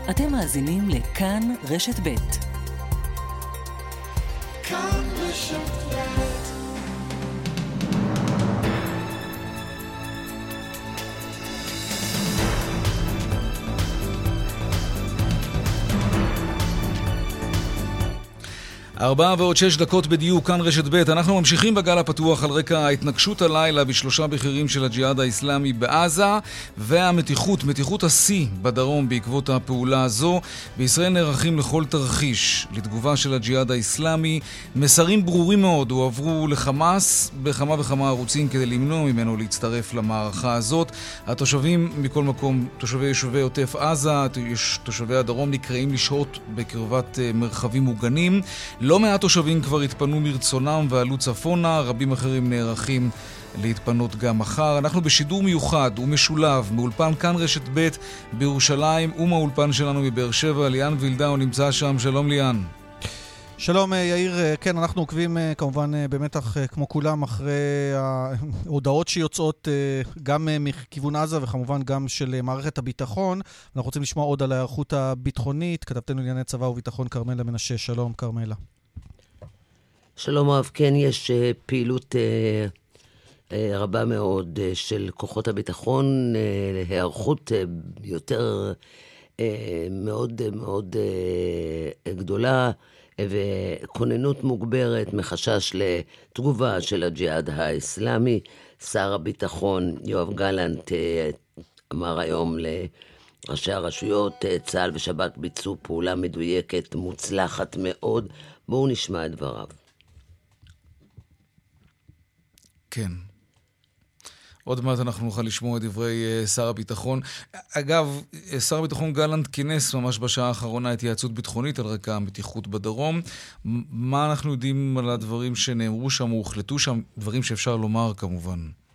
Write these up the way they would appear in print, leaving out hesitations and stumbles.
אתם מאזינים לכאן רשת ב'. כאן רשת ב'. ארבע ועוד 6 דקות בדיוק, כאן רשת ב'. אנחנו ממשיכים בגל הפתוח על רקע ההתנגשות הלילה בשלושה בכירים של הג'יהאד האסלאמי בעזה מתיחות השיא בדרום בעקבות הפעולה הזו. בישראל נערכים לכל תרחיש. לתגובה של הג'יהאד האסלאמי מסרים ברורים מאוד הועברו לחמאס בכמה וכמה ערוצים כדי למנוע ממנו להצטרף למערכה הזאת. התושבים מכל מקום, תושבי יישובי עוטף עזה, תושבי הדרום, נקראים לשהות בקרבת מרחבים מוגנים. לא מעט תושבים כבר התפנו מרצונם ועלו צפונה, רבים אחרים נערכים להתפנות גם מחר. אנחנו בשידור מיוחד ומשולב מאולפן כאן רשת ב' בירושלים ומהאולפן שלנו מבאר שבע. ליאן וילדאו נמצא שם. שלום ליאן. שלום יאיר, כן, אנחנו עוקבים כמובן במתח כמו כולם אחרי ההודעות שיוצאות גם מכיוון עזה וכמובן גם של מערכת הביטחון. אנחנו רוצים לשמוע עוד על ההיערכות הביטחונית. כתבתנו לענייני צבא וביטחון קרמלה מנשה. שלום קרמלה. שלום רב, כן, יש פעילות רבה מאוד של כוחות הביטחון, היערכות יותר מאוד מאוד גדולה, וכוננות מוגברת מחשש לתגובה של הג'יהאד האסלאמי. שר הביטחון יואב גלנט אמר היום לראשי הרשויות, צה"ל ושב"כ ביצעו פעולה מדויקת, מוצלחת מאוד. בואו נשמע את דבריו. כן. עוד מעט אנחנו נוכל לשמוע את דברי שר הביטחון. אגב, שר הביטחון גלנט כינס ממש בשעה האחרונה התייעצות ביטחונית על רקע המתיחות בדרום. מה אנחנו יודעים על הדברים שנאמרו שם, הוחלטו שם, דברים שאפשר לומר כמובן?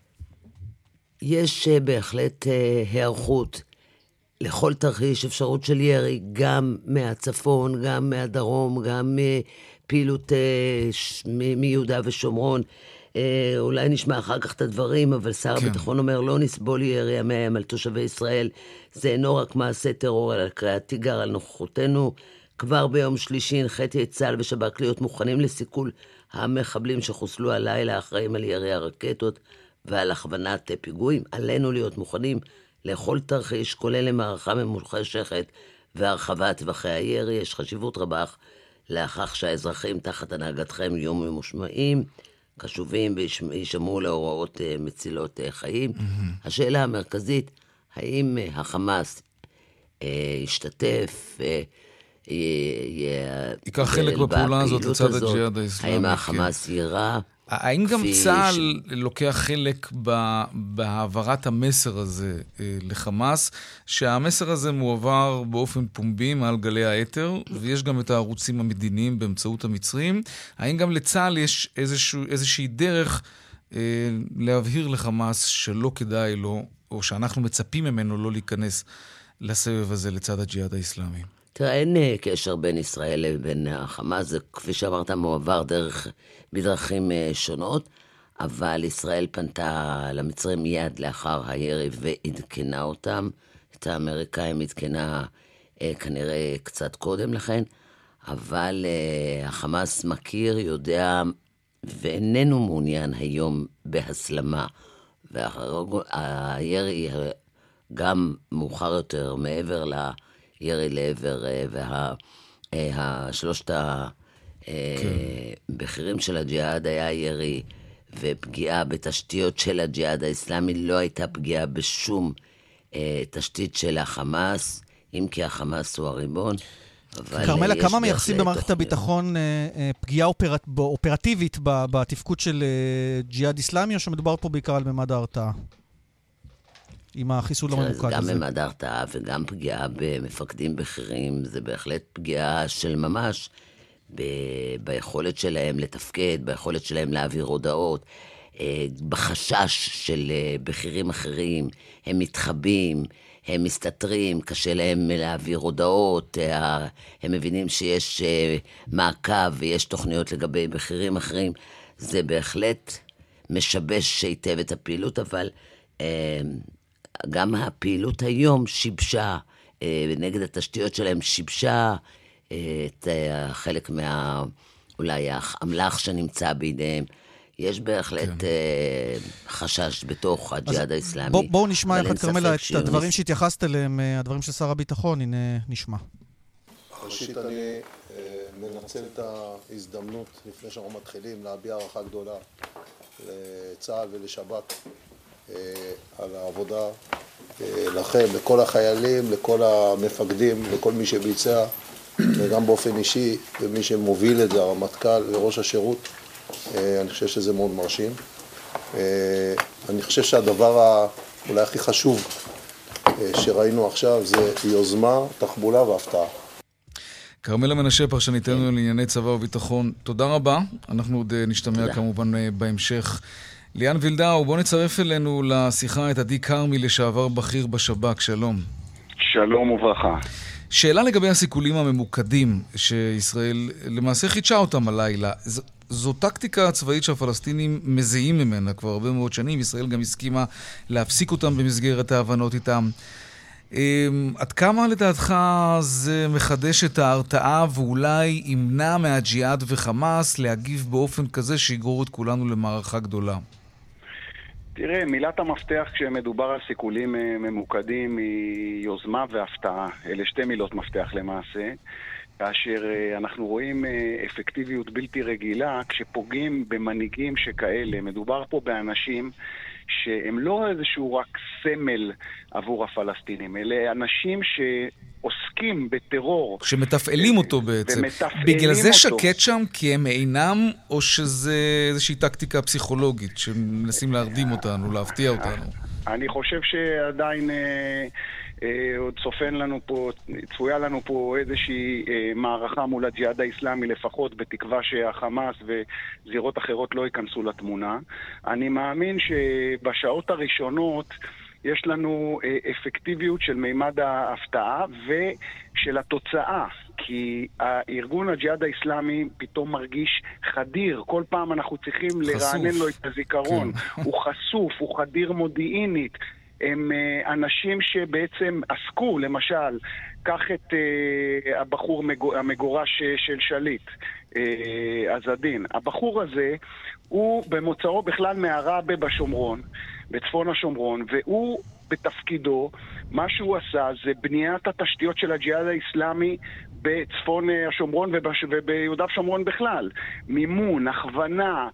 יש בהחלט היערכות לכל תרחיש, אפשרות של ירי, גם מהצפון, גם מהדרום, גם פעילות מיהודה ושומרון. אולי נשמע אחר כך את הדברים, אבל שר הביטחון אומר, לא נסבול ירי המאיים על תושבי ישראל. זה אינו רק מעשה טרור, אלא קריאת תיגר על נוכחותנו. כבר ביום שלישי הנחיתי את צה"ל ושב"כ להיות מוכנים לסיכול המחבלים שחוסלו הלילה, אחראים על ירי הרקטות ועל הכוונת פיגועים. עלינו להיות מוכנים לכל תרחיש, כולל למערכה ממוחשכת והרחבת טווחי הירי. יש חשיבות רבה לכך שהאזרחים תחת הנהגתכם יהיו ממושמעים, קשובים וישמעו להוראות מצילות חיים. השאלה המרכזית, האם החמאס ישתתף, ייקח חלק בפעולה הזאת לצד הג'יהאד האסלאמי? האם החמאס יירה? האם גם צה"ל לוקח חלק בהעברת המסר הזה לחמאס, שהמסר הזה מועבר באופן פומבי מעל גלי האתר, ויש גם את הערוצים המדיניים באמצעות המצרים? האם גם לצה"ל יש איזושהי דרך להבהיר לחמאס שלא כדאי לו, או שאנחנו מצפים ממנו לא להיכנס לסבב הזה לצד הג'יהאד האסלאמי? תראה, אין קשר בין ישראל לבין החמאס, זה כפי שאמרת מועבר בדרכים שונות, אבל ישראל פנתה למצרים מיד לאחר הירי ועדכנה אותם. את האמריקאים עדכנה כנראה קצת קודם לכן, אבל החמאס מכיר, יודע ואיננו מעוניין היום בהסלמה. והירי גם מאוחר יותר מעבר ירי לעבר, והשלושת הבכירים של הג'יהאד היה ירי ופגיעה בתשתיות של הג'יהאד האסלאמי. לא הייתה פגיעה בשום תשתית של החמאס, אם כי החמאס הוא הריבון. קרמלה, כמה מייחסים במערכת הביטחון פגיעה אופרטיבית בתפקוד של ג'יהאד אסלאמי, או שמדובר פה בעיקר על ממד ההרתעה? עם החיסול הממוקד הזה. גם ממד ההרתעה וגם פגיעה במפקדים בכירים, זה בהחלט פגיעה של ממש ביכולת שלהם לתפקד, ביכולת שלהם להעביר הודעות, בחשש של בכירים אחרים, הם מתחבאים, הם מסתתרים, קשה להם להעביר הודעות, הם מבינים שיש מעקב ויש תוכניות לגבי בכירים אחרים. זה בהחלט משבש היטב את הפעילות, אבל גם הפעילות היום שיבשה נגד התשתיות שלהם שיבשה את חלק אולי האמל"ח שנמצא בידיהם. יש בהחלט חשש בתוך הג'יהאד האסלאמי. בואו נשמע יחד כרמלה את הדברים שהתייחסת אליהם, הדברים של שר הביטחון, הנה נשמע. ראשית אני מנצל את ההזדמנות לפני שאנחנו מתחילים להביע הערכה גדולה לצה"ל ולשב"כ על העבודה, לכם, לכל החיילים, לכל המפקדים, לכל מי שביצע, וגם באופן אישי, ומי שמוביל את זה, הרמטכ"ל וראש השירות. אני חושב שזה מאוד מרשים. אני חושב שהדבר אולי הכי חשוב שראינו עכשיו זה יוזמה, תחבולה והפתעה. כרמלה מנשה, פרשניתנו לענייני צבא וביטחון, תודה רבה. אנחנו עוד נשתמע כמובן בהמשך. ליאן וילדאו, בוא נצרף אלינו לשיחה את עדי כרמי, לשעבר בכיר בשב"כ. שלום. שלום וברכה. שאלה לגבי הסיכולים הממוקדים שישראל למעשה חידשה אותם הלילה. זו טקטיקה צבאית שהפלסטינים מזהים ממנה כבר הרבה מאוד שנים. ישראל גם הסכימה להפסיק אותם במסגרת ההבנות איתם. עד כמה לדעתך זה מחדש את ההרתעה ואולי ימנע מהג'יהאד וחמאס להגיב באופן כזה שיגרור את כולנו למערכה גדולה? תראה, מילת המפתח כשמדובר על סיכולים ממוקדים היא יוזמה והפתעה. אלה שתי מילות מפתח למעשה. כאשר אנחנו רואים אפקטיביות בלתי רגילה כשפוגעים במנהיגים שכאלה. מדובר פה באנשים שהם לא איזשהו רק סמל עבור הפלסטינים, אלה אנשים שעוסקים בטרור. שמתפעלים אותו בעצם. בגלל זה שקט שם כי הם אינם, או שזה איזושהי טקטיקה פסיכולוגית שמנסים להרדים אותנו, להפתיע אותנו? אני חושב שעדיין עוד צפויה לנו פה איזושהי מערכה מול הג'יהאד האסלאמי, לפחות בתקווה שהחמאס וזירות אחרות לא ייכנסו לתמונה. אני מאמין שבשעות הראשונות יש לנו אפקטיביות של מימד ההפתעה ושל התוצאה, כי הארגון הג'יהאד האסלאמי פתאום מרגיש חדיר. כל פעם אנחנו צריכים לרענן לו את הזיכרון. כן. הוא חשוף, הוא חדיר מודיעינית. הם אנשים שבעצם עסקו, למשל, קח את הבחור המגורש של שליט, עזדין. הבחור הזה הוא במוצאו בכלל מעראבה בשומרון, בצפון השומרון, והוא בתפקידו, מה שהוא עשה זה בניית התשתיות של הג'יהאד האסלאמי בצפון השומרון וביהודה ושומרון בכלל. מימון, הכוונה,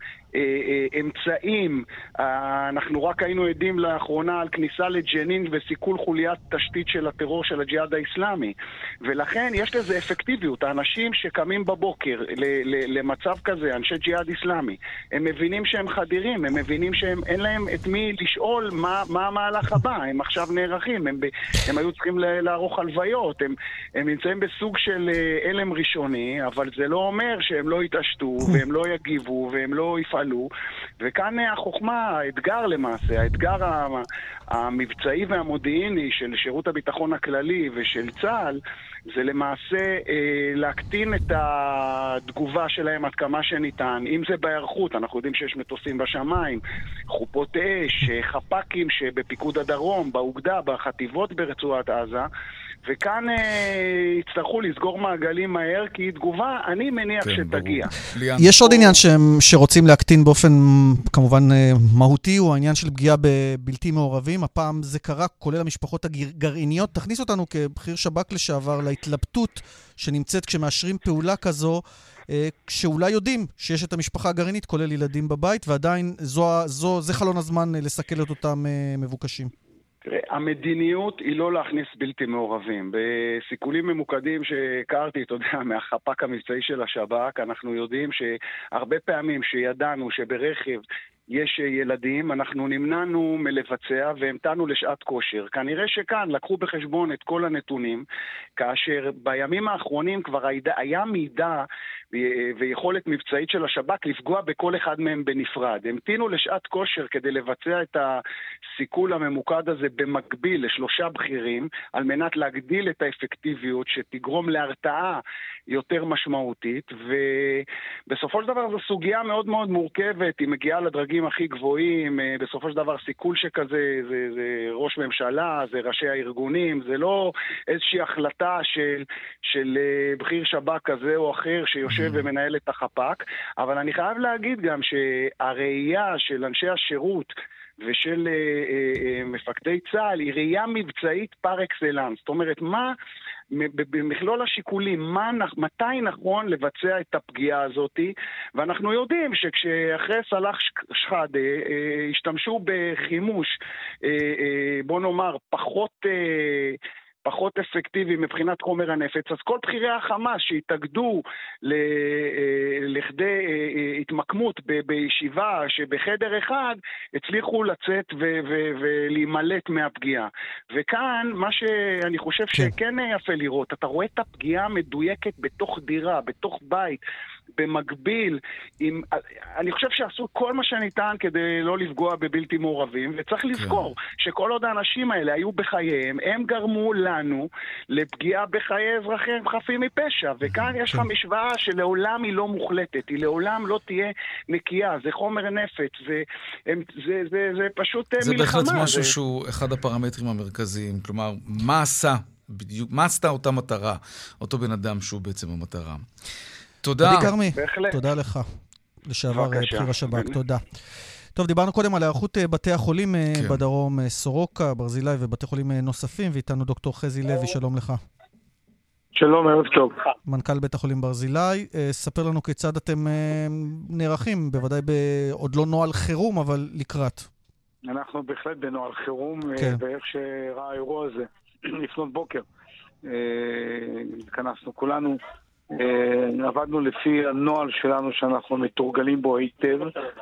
אמצעים. אנחנו רק היינו עדים לאחרונה על כניסה לג'נין וסיכול חוליית תשתית של הטרור של הג'יהאד האסלאמי. ולכן יש לזה אפקטיביות. האנשים שקמים בבוקר למצב כזה, אנשי ג'יהאד אסלאמי, הם מבינים שהם חדירים, הם מבינים שאין להם את מי לשאול מה המהלך הבא. הם עכשיו נערכים, הם היו צריכים לערוך הלוויות, הם נמצאים בסוג של אלם ראשוני, אבל זה לא אומר שהם לא יתעשתו והם לא יגיבו והם לא יפעלו. וכאן החוכמה, האתגר למעשה, האתגר המבצעי והמודיעיני של שירות הביטחון הכללי ושל צה"ל, זה למעשה להקטין את התגובה שלהם עד כמה שניתן. אם זה בהיערכות, אנחנו יודעים שיש מטוסים בשמיים, חופות אש, חפ"קים שבפיקוד הדרום, באוגדה, בחטיבות ברצועת עזה, וכאן יצטרכו לסגור מעגלים מהר, כי תגובה, אני מניח שתגיע. יש עוד עניין שרוצים להקטין באופן כמובן מהותי, הוא העניין של פגיעה בבלתי מעורבים. הפעם זה קרה, כולל המשפחות הגרעיניות. תכניס אותנו כבחיר שב"כ לשעבר להתלבטות שנמצאת כשמאשרים פעולה כזו, כשאולי יודעים שיש את המשפחה הגרעינית, כולל ילדים בבית, ועדיין זה חלון הזמן לסכל את אותם מבוקשים. תראה, המדיניות היא לא להכניס בלתי מעורבים. בסיכולים ממוקדים שהכרתי, אתה יודע, מהחפ"ק המבצעי של השב"כ, אנחנו יודעים שהרבה פעמים שידענו שברכב יש ילדים, אנחנו נמנענו מלבצע והמתנו לשעת כושר. כנראה שכאן לקחו בחשבון את כל הנתונים, כאשר בימים האחרונים כבר היה מידע ויכולת מבצעית של השב"כ לפגוע בכל אחד מהם בנפרד. המתינו לשעת כושר כדי לבצע את הסיכול הממוקד הזה במקביל לשלושה בכירים, על מנת להגדיל את האפקטיביות שתגרום להרתעה יותר משמעותית, ובסופו של דבר זו סוגיה מאוד מאוד מורכבת, היא מגיעה לדרגים בדרגים הכי גבוהים, בסופו של דבר סיכול שכזה, זה ראש ממשלה, זה ראשי הארגונים, זה לא איזושהי החלטה של בכיר שב"כ כזה או אחר שיושב ומנהל את החפ"ק, אבל אני חייב להגיד גם שהראייה של אנשי השירות ושל מפקדי צה"ל היא ראייה מבצעית פר אקסלנס. זאת אומרת, במכלול השיקולים, מתי נכון לבצע את הפגיעה הזאת, ואנחנו יודעים שכשאחרי סלאח שחאדה השתמשו בחימוש, בוא נאמר, פחות אפקטיבי מבחינת חומר הנפץ, אז כל בכירי החמאס שהתאגדו לכדי התמקמות בישיבה שבחדר אחד, הצליחו לצאת ולהימלט מהפגיעה. וכאן, מה שאני חושב שכן יפה לראות, אתה רואה את הפגיעה המדויקת בתוך דירה, בתוך בית, במקביל, אני חושב שעשו כל מה שניתן כדי לא לפגוע בבלתי מעורבים, וצריך לזכור שכל עוד האנשים האלה היו בחייהם, הם גרמו לנו לפגיעה בחיי אזרחים חפים מפשע, וכאן יש לך משוואה שלעולם היא לא מוחלטת, היא לעולם לא תהיה נקייה, זה חומר נפץ, זה פשוט מלחמה. זה בהחלט משהו שהוא אחד הפרמטרים המרכזיים, כלומר, מה עשה בדיוק, מה עשתה אותה מטרה, אותו בן אדם שהוא בעצם המטרה. תודה. עדי כרמי, תודה לך, לשעבר בכיר השב"כ, תודה. טוב, דיברנו קודם על היערכות בתי החולים בדרום, סורוקה, ברזילי ובתי חולים נוספים, ואיתנו דוקטור חזי לוי, שלום לך. שלום, ערב טוב. מנכ"ל בית החולים ברזילי, ספר לנו כיצד אתם נערכים, בוודאי עוד לא נועל חירום, אבל לקראת. אנחנו בהחלט בנועל חירום, ואיך שראה האירוע הזה, לפנות בוקר. התכנסנו כולנו, עבדנו לפי הנועל שלנו שאנחנו מתורגלים בו היטב,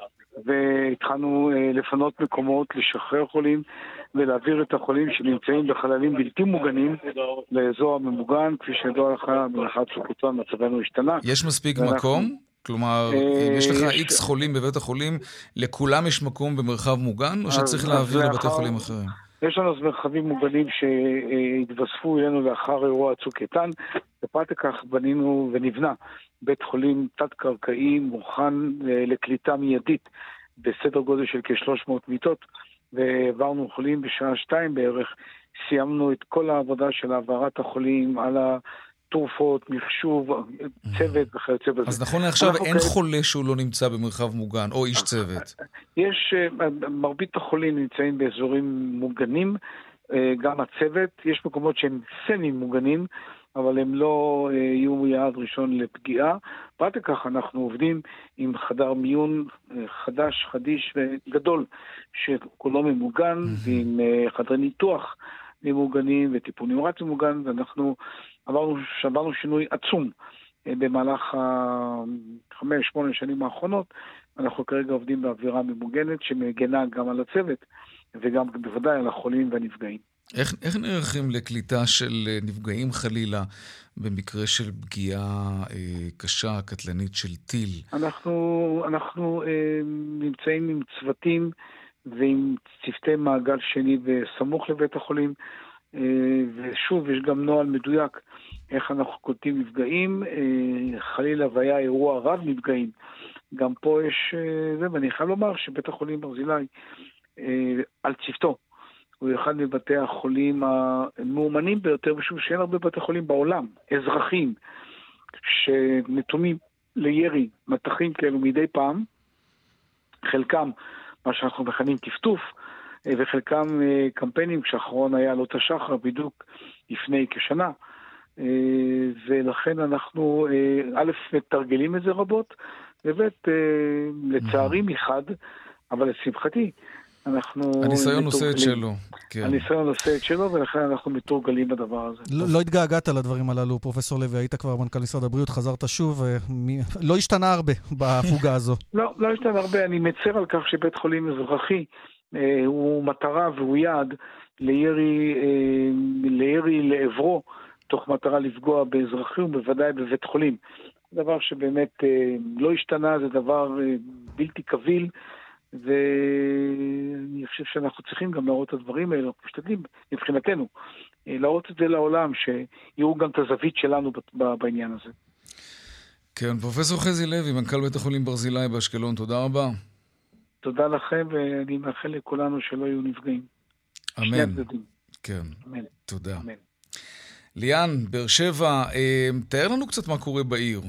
והתחלנו לפנות מקומות, לשחרר חולים ולהעביר את החולים שנמצאים בחללים בלתי מוגנים לאזור הממוגן, כפי שידוע לך מלאכת סוכותון, מצבנו השתנה. יש מספיק מקום? כלומר, אם יש לך איקס חולים בבית החולים, לכולם יש מקום במרחב מוגן, או שצריך להעביר לבתי חולים אחרים? יש לנו מרחבים מוגנים שהתווספו אלינו לאחר אירוע צוק איתן, בפרט כך בנינו ונבנה בית חולים תת-קרקעי מוכן לקליטה מיידית בסדר גודל של כ-300 מיטות, ועברנו חולים בשעה 2 בערך, סיימנו את כל העבודה של העברת החולים על התרופות, מחשוב, צוות וכיוצא בזה. אז נכון לעכשיו אין חולה שהוא לא נמצא במרחב מוגן, או איש צוות. יש, מרבית החולים נמצאים באזורים מוגנים, גם הצוות, יש מקומות שהם סמים מוגנים, אבל הם לא יהיו יעד ראשון לפגיעה. פרט לכך אנחנו עובדים עם חדר מיון חדיש וגדול, שכולו ממוגן, ועם חדרי ניתוח ממוגנים וטיפול נמרץ ממוגן, ואנחנו עברנו שינוי עצום במהלך 5-8 שנים האחרונות. אנחנו כרגע עובדים באווירה ממוגנת שמגנה גם על הצוות וגם בוודאי על החולים והנפגעים. איך נערכים לקליטה של נפגעים חלילה במקרה של פגיעה קשה, קטלנית של טיל? אנחנו נמצאים עם צוותים ועם צוותי מעגל שני בסמוך לבית החולים, ושוב יש גם נוהל מדויק איך אנחנו קולטים נפגעים, חלילה והיה אירוע רב נפגעים. גם פה יש זה, ואני חייב לומר שבית החולים ברזילי על צוותו, הוא אחד מבתי החולים המאומנים ביותר, משום שאין הרבה בתי חולים בעולם, אזרחים, שנתונים לירי מתחים כאלו מדי פעם, חלקם מה שאנחנו מכנים טפטוף, וחלקם קמפיינים, כשאחרון היה עלות השחר בדיוק לפני כשנה, ולכן אנחנו א' מתרגלים את זה רבות, וב' לצערי מחד, אבל לשמחתי, הניסיון עושה את שלו. הניסיון עושה את שלו, ולכן אנחנו מתורגלים בדבר הזה. לא התגעגעת לדברים הללו, פרופסור לוי, היית כבר מנכ"ל משרד הבריאות, חזרת שוב, לא השתנה הרבה בהפוגה הזו. לא השתנה הרבה, אני מצר על כך שבית חולים אזרחי הוא מטרה והוא יעד לירי לעברו, תוך מטרה לפגוע באזרחים, ובוודאי בבית חולים. דבר שבאמת לא השתנה, זה דבר בלתי קביל, ואני חושב שאנחנו צריכים גם להראות את הדברים האלה, אנחנו משתדלים מבחינתנו, להראות את זה לעולם, שיראו גם את הזווית שלנו בעניין הזה. כן, פרופסור חזי לוי, מנכ"ל בית החולים ברזילי באשקלון, תודה רבה. תודה לכם, ואני מאחל לכולנו שלא יהיו נפגעים. אמן. כן, אמן. תודה. אמן. ליאן, באר שבע, תאר לנו קצת מה קורה בעיר.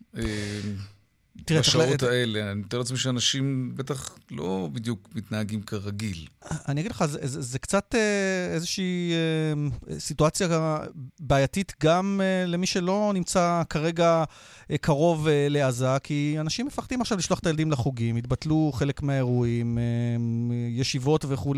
בשעות האלה. אני מתאר לעצמי שאנשים בטח לא בדיוק מתנהגים כרגיל. אני אגיד לך, זה קצת איזושהי סיטואציה בעייתית גם למי שלא נמצא כרגע קרוב לעזה, כי אנשים מפחדים עכשיו לשלוח את הילדים לחוגים, התבטלו חלק מהאירועים, ישיבות וכו'.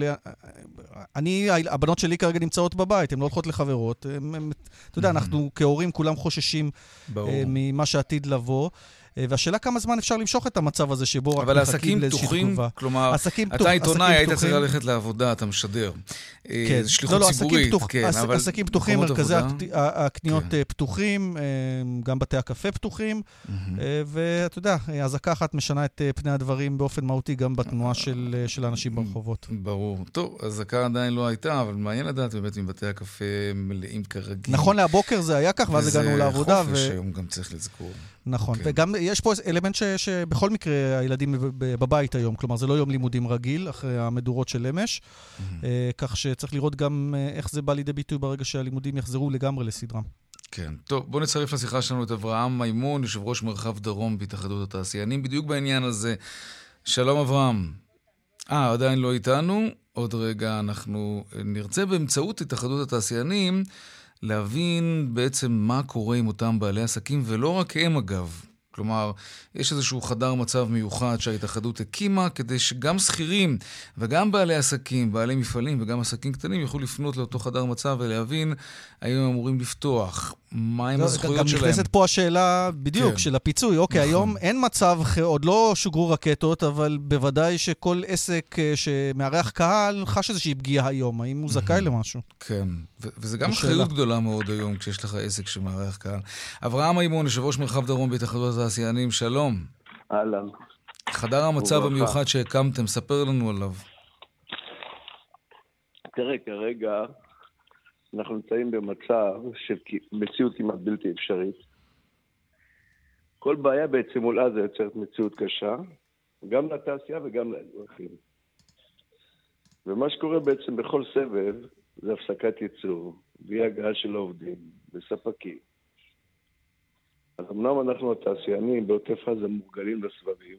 הבנות שלי כרגע נמצאות בבית, הן לא הולכות לחברות. אתה יודע, אנחנו כהורים כולם חוששים ממה שעתיד לבוא. והשאלה כמה זמן אפשר למשוך את המצב הזה שבו רק מחכים לאיזושהי תגובה. כלומר, אתה עיתונאי, היית צריך ללכת לעבודה, אתה משדר. זה שליחות ציבורית. עסקים פתוחים, מרכזי הקניות פתוחים, גם בתי הקפה פתוחים, ואתה יודע, הזעקה אחת משנה את פני הדברים באופן מהותי גם בתנועה של האנשים ברחובות. ברור. טוב, הזעקה עדיין לא הייתה, אבל מעניין לדעת באמת אם בתי הקפה מלאים כרגיל. נכון, להבוקר זה היה כך, ואז הגענו לעבודה. וזה חופש היום גם צריך לזכור. נכון, וגם יש פה אלמנט שבכל מקרה הילדים בבית היום, כלומר זה לא יום לימודים רגיל, אחרי המדורות של אמש, כך שצריך לראות גם איך זה בא לידי ביטוי ברגע שהלימודים יחזרו לגמרי לסדרם. כן, טוב, בוא נצרף לשיחה שלנו את אברהם מימון, יושב ראש מרחב דרום בהתאחדות התעשיינים, בדיוק בעניין הזה. שלום אברהם. עדיין לא איתנו, עוד רגע אנחנו נרצה באמצעות התאחדות התעשיינים, להבין בעצם מה קורה עם אותם בעלי עסקים, ולא רק הם אגב. כלומר, יש איזשהו חדר מצב מיוחד שההתאחדות הקימה, כדי שגם שכירים וגם בעלי עסקים, בעלי מפעלים וגם עסקים קטנים יוכלו לפנות לאותו חדר מצב ולהבין האם הם אמורים לפתוח, מה הם הזכויות שלהם. גם נכנסת פה השאלה בדיוק של הפיצוי. אוקיי, היום אין מצב, עוד לא שוגרו רקטות, אבל בוודאי שכל עסק שמארח קהל חש איזושהי פגיעה היום. האם הוא זכאי למשהו? כן, וזה גם אחריות גדולה מאוד היום כשיש לך עסק שמארח קהל. אברהם מימון, יושב ראש מרחב דרום בהתאחדות התעשיינים, שלום. אהלן. חדר המצב המיוחד שהקמתם, ספר לנו עליו. תראה, כרגע אנחנו נמצאים במצב של מציאות כמעט בלתי אפשרית. כל בעיה בעצם מול עזה יוצרת מציאות קשה, גם לתעשייה וגם לאזרחים. ומה שקורה בעצם בכל סבב זה הפסקת ייצור, ואי הגעה של העובדים וספקים. אז אמנם אנחנו התעשיינים בעוטף עזה מורגלים לסבבים,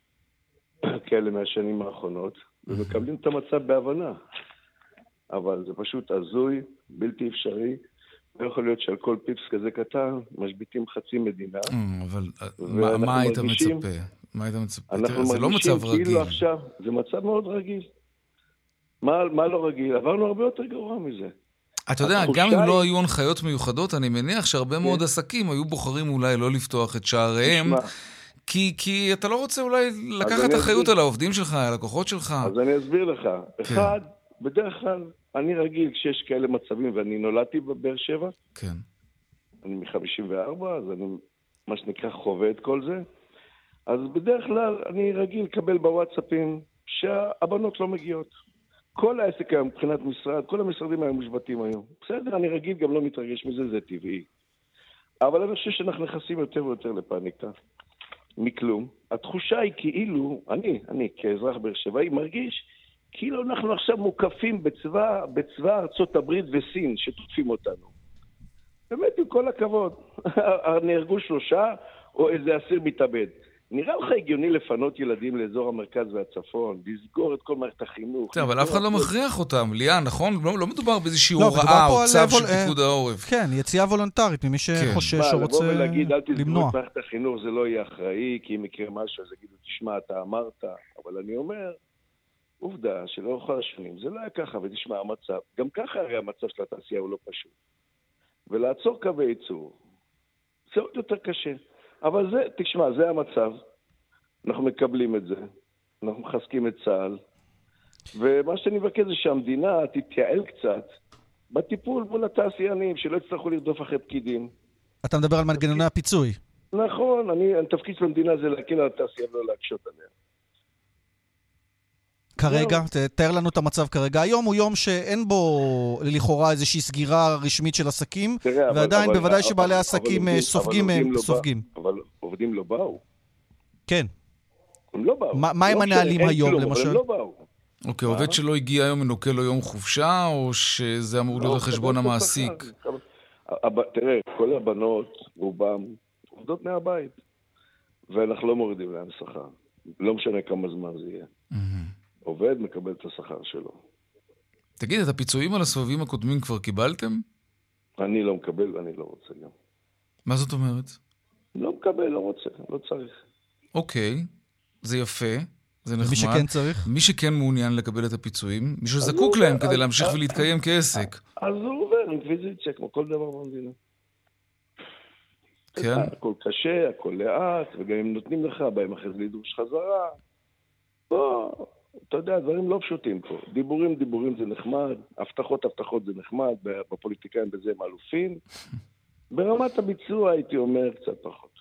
כאלה מהשנים האחרונות, ומקבלים את המצב בהבנה. אבל זה פשוט הזוי, בלתי אפשרי, לא יכול להיות שעל כל פיפס כזה קטן משביתים חצי מדינה. אבל מה היית מצפה? מה היית מצפה? זה לא מצב רגיל. כאילו עכשיו, זה מצב מאוד רגיל. מה לא רגיל? עברנו הרבה יותר גרוע מזה. אתה יודע, גם אם לא היו הנחיות מיוחדות, אני מניח שהרבה מאוד עסקים היו בוחרים אולי לא לפתוח את שעריהם, כי אתה לא רוצה אולי לקחת אחריות על העובדים שלך, על הלקוחות שלך. אז אני אסביר לך. אחד, בדרך כלל, אני רגיל כשיש כאלה מצבים, ואני נולדתי בבאר שבע. כן. אני מ-54, אז אני, מה שנקרא, חווה את כל זה. אז בדרך כלל, אני רגיל לקבל בוואטסאפים שהבנות לא מגיעות. כל העסק היום מבחינת משרד, כל המשרדים היום מושבתים היום. בסדר, אני רגיל, גם לא מתרגש מזה, זה טבעי. אבל אני חושב שאנחנו נכנסים יותר ויותר לפאניקה. מכלום. התחושה היא כאילו, אני כאזרח באר שבעי מרגיש, כאילו אנחנו עכשיו מוקפים בצבא ארצות הברית וסין שתוקפים אותנו. באמת, עם כל הכבוד. נהרגו 3 או איזה אסיר מתאבד. נראה לך הגיוני לפנות ילדים לאזור המרכז והצפון, לסגור את כל מערכת החינוך. אבל אף אחד לא מכריח אותם, ליאן, נכון? לא מדובר באיזושהי הוראה או צו של פיקוד העורף. כן, יציאה וולונטרית ממי שחושש או רוצה למנוע. לבוא ולהגיד, אל תסגור את מערכת החינוך, זה לא יהיה אחראי, כי אם יקרה משהו, אז יגידו, תשמע, אתה אמרת. אבל אני אומר, עובדה שלאורך השנים, זה לא היה ככה, ותשמע, המצב, גם ככה הרי המצב של התעשייה הוא לא פשוט. ולעצור קווי ייצור, זה עוד יותר קשה. אבל זה, תשמע, זה המצב. אנחנו מקבלים את זה. אנחנו מחזקים את צה"ל. ומה שאני מבקש זה שהמדינה תתייעל קצת בטיפול מול התעשיינים, שלא יצטרכו לרדוף אחרי פקידים. אתה מדבר על מנגנוני הפיצוי. נכון, התפקיד של המדינה זה להקל על התעשייה ולא להקשות עליה. כרגע, תאר לנו את המצב כרגע. היום הוא יום שאין בו לכאורה איזושהי סגירה רשמית של עסקים, ועדיין בוודאי שבעלי עסקים סופגים. אבל עובדים לא באו. כן. הם לא באו. מה הם הנהלים היום, למשל? הם לא באו. אוקיי, עובד שלא הגיע היום מנוקה לו יום חופשה, או שזה אמור להיות על חשבון המעסיק? תראה, כל הבנות, רובם, עובדות מהבית, ואנחנו לא מורידים להם שכר. לא משנה כמה זמן זה יהיה. עובד מקבל את השכר שלו. תגיד, את הפיצויים על הסבבים הקודמים כבר קיבלתם? אני לא מקבל ואני לא רוצה גם. מה זאת אומרת? לא מקבל, לא רוצה, לא צריך. אוקיי, זה יפה, זה נחמד. מי שכן צריך? מי שכן מעוניין לקבל את הפיצויים, מי שזקוק להם כדי להמשיך ולהתקיים כעסק. אז הוא עובר אינקוויזיציה, כמו כל דבר במדינה. כן. הכל קשה, הכל לאט, וגם אם נותנים לך, בהם אחרי זה לדרוש חזרה. בוא, אתה יודע, דברים לא פשוטים פה. דיבורים זה נחמד, הבטחות זה נחמד, בפוליטיקאים בזה הם אלופים. ברמת הביצוע הייתי אומר קצת פחות.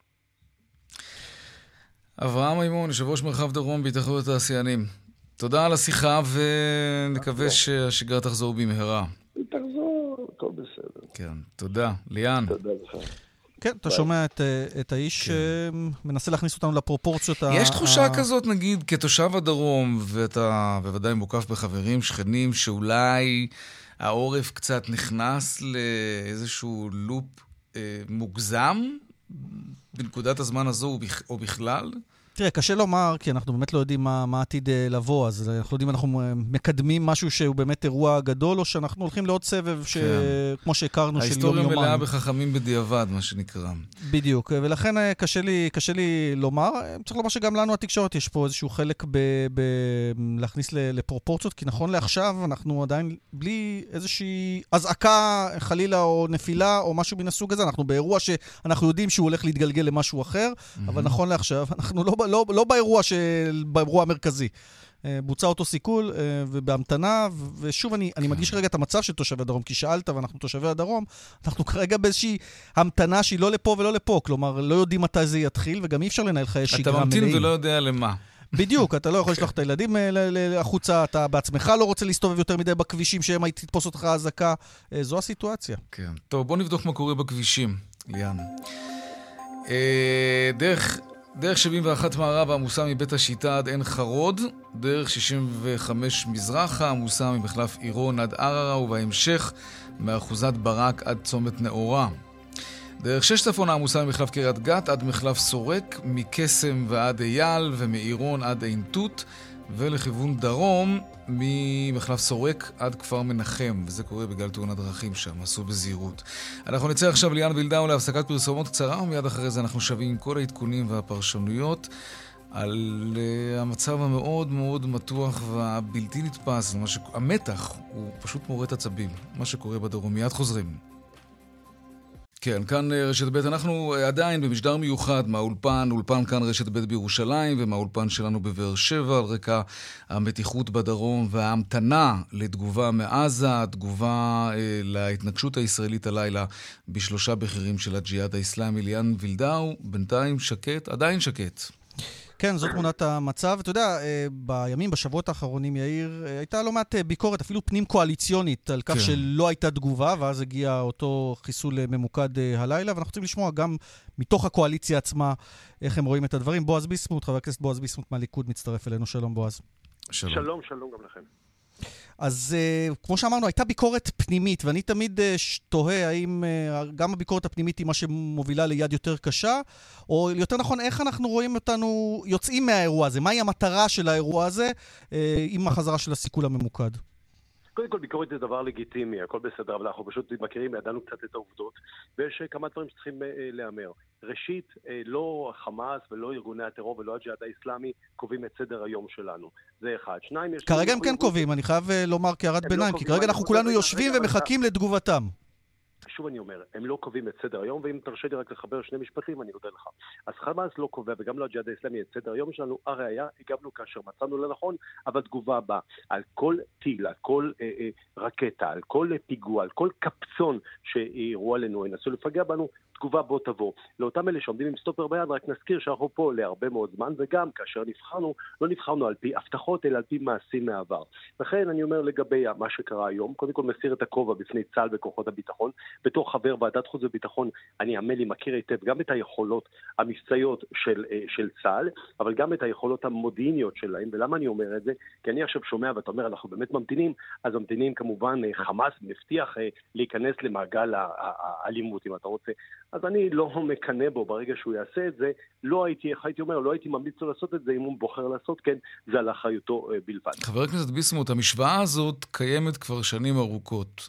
אברהם מימון, יושב ראש מרחב דרום בהתאחדות התעשיינים. תודה על השיחה ונקווה שהשגרה תחזור במהרה. תחזור, הכל בסדר. כן, תודה. ליאן. תודה לך. כן, אתה שומע את האיש שמנסה להכניס אותנו לפרופורציות. יש תחושה כזאת, נגיד, כתושב הדרום, ואתה בוודאי מוקף בחברים, שכנים, שאולי העורף קצת נכנס לאיזשהו לופ מוגזם בנקודת הזמן הזו או בכלל? תראה, קשה לומר, כי אנחנו באמת לא יודעים מה עתיד לבוא, אז אנחנו יודעים, אנחנו מקדמים משהו שהוא באמת אירוע גדול, או שאנחנו הולכים לעוד סבב, כמו שהכרנו של יום-יומיים. ההיסטוריה מלאה בחכמים בדיעבד, מה שנקרא. בדיוק, ולכן קשה לי לומר, צריך לומר שגם לנו התקשורת יש פה איזשהו חלק להכניס לפרופורציות, כי נכון לעכשיו אנחנו עדיין בלי איזושהי הזעקה חלילה או נפילה או משהו מן הסוג הזה, אנחנו באירוע שאנחנו יודעים שהוא הולך להתגלגל למשהו אחר, אבל נכון לעכשיו אנחנו לא באירוע המרכזי. בוצע אותו סיכול ובהמתנה, ושוב אני מדגיש רגע את המצב של תושבי הדרום, כי שאלת ואנחנו תושבי הדרום, אנחנו כרגע באיזושהי המתנה שהיא לא לפה ולא לפה, כלומר לא יודעים מתי זה יתחיל, וגם אי אפשר לנהל חיי שגרה מלאים. אתה ממתין ולא יודע למה. בדיוק, אתה לא יכול לשלוח את הילדים החוצה, אתה בעצמך לא רוצה להסתובב יותר מדי בכבישים שהם תתפוס אותך הזקה, זו הסיטואציה. כן. טוב, בוא נבדוק מה קורה בכבישים, ליאן. דרך 71 מערב עמוסה מבית השיטה עד עין חרוד, דרך 65 מזרחה עמוסה ממחלף עירון עד ערערה, ובהמשך מאחוזת ברק עד צומת נאורה. דרך 6 צפונה עמוסה ממחלף קריית גת עד מחלף סורק, מקסם ועד אייל ומעירון עד עין תות, ולכיוון דרום ממחלף סורק עד כפר מנחם, וזה קורה בגלל תאונת דרכים שם, עשו בזהירות. אנחנו נצא עכשיו ליאן וילדאו להפסקת פרסומות קצרה, ומיד אחרי זה אנחנו שווים עם כל העדכונים והפרשנויות על המצב המאוד מאוד מתוח והבלתי נתפס, המתח הוא פשוט מורת עצבים, מה שקורה בדרום. מיד חוזרים. כן, כאן רשת ב', אנחנו עדיין במשדר מיוחד מהאולפן, אולפן כאן רשת ב' בירושלים, ומהאולפן שלנו בבאר שבע, על רקע המתיחות בדרום וההמתנה לתגובה מעזה, תגובה להתנגשות הישראלית הלילה בשלושה בכירים של הג'יהאד האסלאמי. ליאן וילדאו, בינתיים שקט, עדיין שקט. כן, זאת תמונת המצב. אתה יודע, בשבועות האחרונים, יאיר, הייתה לא מעט ביקורת, אפילו פנים קואליציונית, על כך שלא הייתה תגובה, ואז הגיע אותו חיסול ממוקד הלילה, ואנחנו רוצים לשמוע גם מתוך הקואליציה עצמה, איך הם רואים את הדברים. בועז ביסמוט, חבר הכנסת בועז ביסמוט מהליכוד, מצטרף אלינו. שלום, בועז. שלום, שלום גם לכם. אז כמו שאמרנו, הייתה ביקורת פנימית, ואני תמיד תוהה האם גם הביקורת הפנימית היא מה שמובילה ליד יותר קשה, או יותר נכון, איך אנחנו רואים אותנו יוצאים מהאירוע הזה? מהי המטרה של האירוע הזה עם החזרה של הסיכול הממוקד? קודם כל, ביקורת זה דבר לגיטימי, הכל בסדר, אבל אנחנו פשוט מכירים, ידענו קצת את העובדות, ויש כמה דברים שצריכים להיאמר. ראשית, לא חמאס ולא ארגוני הטרור ולא הג'יהאד האסלאמי קובעים את סדר היום שלנו. זה אחד. שניים, יש... כרגע הם כן קובעים, אני חייב לומר כהערת ביניים, כי כרגע אנחנו כולנו יושבים ומחכים לתגובתם. שוב אני אומר, הם לא קובעים את סדר היום, ואם תרשה לי רק לחבר שני משפטים, אני יודע לך. אז חמאס לא קובע, וגם לא הג'יהאד האסלאמי את סדר היום שלנו, הראיה, הגבנו כאשר מצאנו לנכון, אבל תגובה הבאה, על כל טיל, על כל רקטה, על כל פיגוע, על כל קפצון שיראו עלינו, ינסו לפגע בנו, תגובה בוא תבוא. לאותם אלה שעומדים עם סטופר ביד, רק נזכיר שאנחנו פה להרבה מאוד זמן, וגם כאשר נבחרנו, לא נבחרנו על פי הבטחות, אלא על פי מעשים מעבר. לכן אני אומר לגבי מה שקרה היום, קודם כל מסיר את הכובע בפני צה"ל וכוחות הביטחון, בתור חבר ועדת חוץ וביטחון, אני עמלי מכיר היטב גם את היכולות המבצעיות של צה"ל, אבל גם את היכולות המודיעיניות שלהם. ולמה אני אומר את זה? כי אני עכשיו שומע ואתה אומר, אנחנו באמת ממתינים, אז ממתינים כמובן חמאס מבטיח להיכנס למעגל האלימות, אם אתה רוצה. אז אני לא מקנה בו ברגע שהוא יעשה את זה, לא הייתי ממליץ לו לעשות את זה, אם הוא בוחר לעשות כן, זה על אחריותו בלבד. חבר הכנסת ביסמוט, המשוואה הזאת קיימת כבר שנים ארוכות,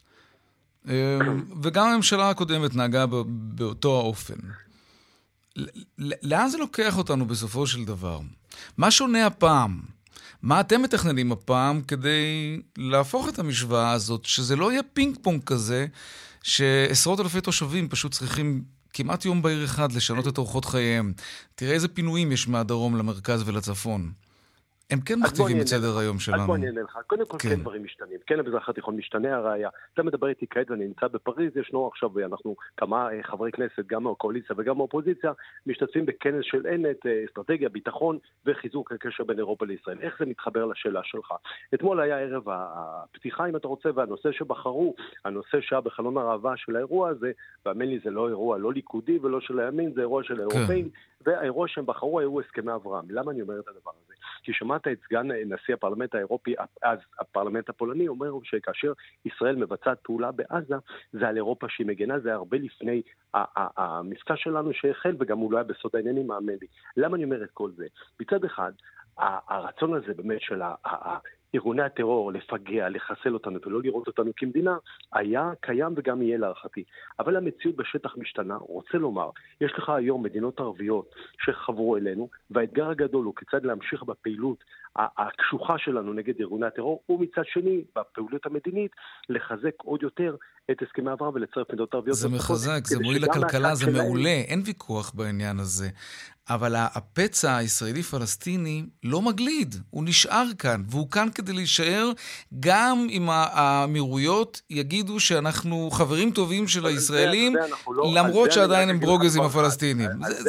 וגם הממשלה הקודמת נהגה באותו האופן. לאן זה לוקח אותנו בסופו של דבר? מה שונה הפעם? מה אתם מתכננים הפעם כדי להפוך את המשוואה הזאת, שזה לא יהיה פינג פונג כזה, שעשרות אלפי תושבים פשוט צריכים כמעט יום בהיר אחד לשנות את אורחות חייהם. תראה איזה פינויים יש מהדרום למרכז ולצפון. הם כן מכתיבים את סדר היום שלנו. אז בוא אני אענה לך. קודם כל כן דברים משתנים. כן, המזרח התיכון משתנה הראיה. אתה מדבר איתי כעת ואני נמצא בפריז, ישנו עכשיו, ואנחנו כמה חברי כנסת, גם מהקואליציה וגם מהאופוזיציה, משתתפים בכנס של ענת, אסטרטגיה, ביטחון וחיזוק הקשר בין אירופה לישראל. איך זה מתחבר לשאלה שלך? אתמול היה ערב הפתיחה, אם אתה רוצה, והנושא שבחרו, הנושא שהיה בחלון הראווה של האירוע הזה, והאמן לי זה לא אירוע לא ליכודי ולא של הימין, זה אירוע של האירופאים, והאירוע שהם בחרו היו הסכמי אברהם. למה אני אומר את הדבר הזה? כי שמעת את סגן נשיא הפרלמנט האירופי, אז הפרלמנט הפולני, אומר שכאשר ישראל מבצעת פעולה בעזה, זה על אירופה שהיא מגנה, זה הרבה לפני המפקע שלנו שהחל, וגם הוא לא היה בסוד העניינים העמדי. למה אני אומר את כל זה? מצד אחד, הרצון הזה באמת של ארגוני הטרור, לפגע, לחסל אותנו ולא לראות אותנו כמדינה, היה קיים וגם יהיה להערכתי. אבל המציאות בשטח משתנה, רוצה לומר, יש לך היום מדינות ערביות שחברו אלינו, והאתגר הגדול הוא כיצד להמשיך בפעילות הקשוחה שלנו נגד ארגוני הטרור, ומצד שני, בפעילות המדינית, לחזק עוד יותר את הסכמי אברהם ולצרף מדינות ערביות. זה מחזק, זה מועיל לכלכלה, זה מעולה, אין ויכוח בעניין הזה. אבל הפצע הישראלי-פלסטיני לא מגליד, הוא נשאר כאן, והוא כאן כדי להישאר, גם אם האמירויות יגידו שאנחנו חברים טובים של הישראלים, למרות שעדיין הם ברוגז עם הפלסטינים.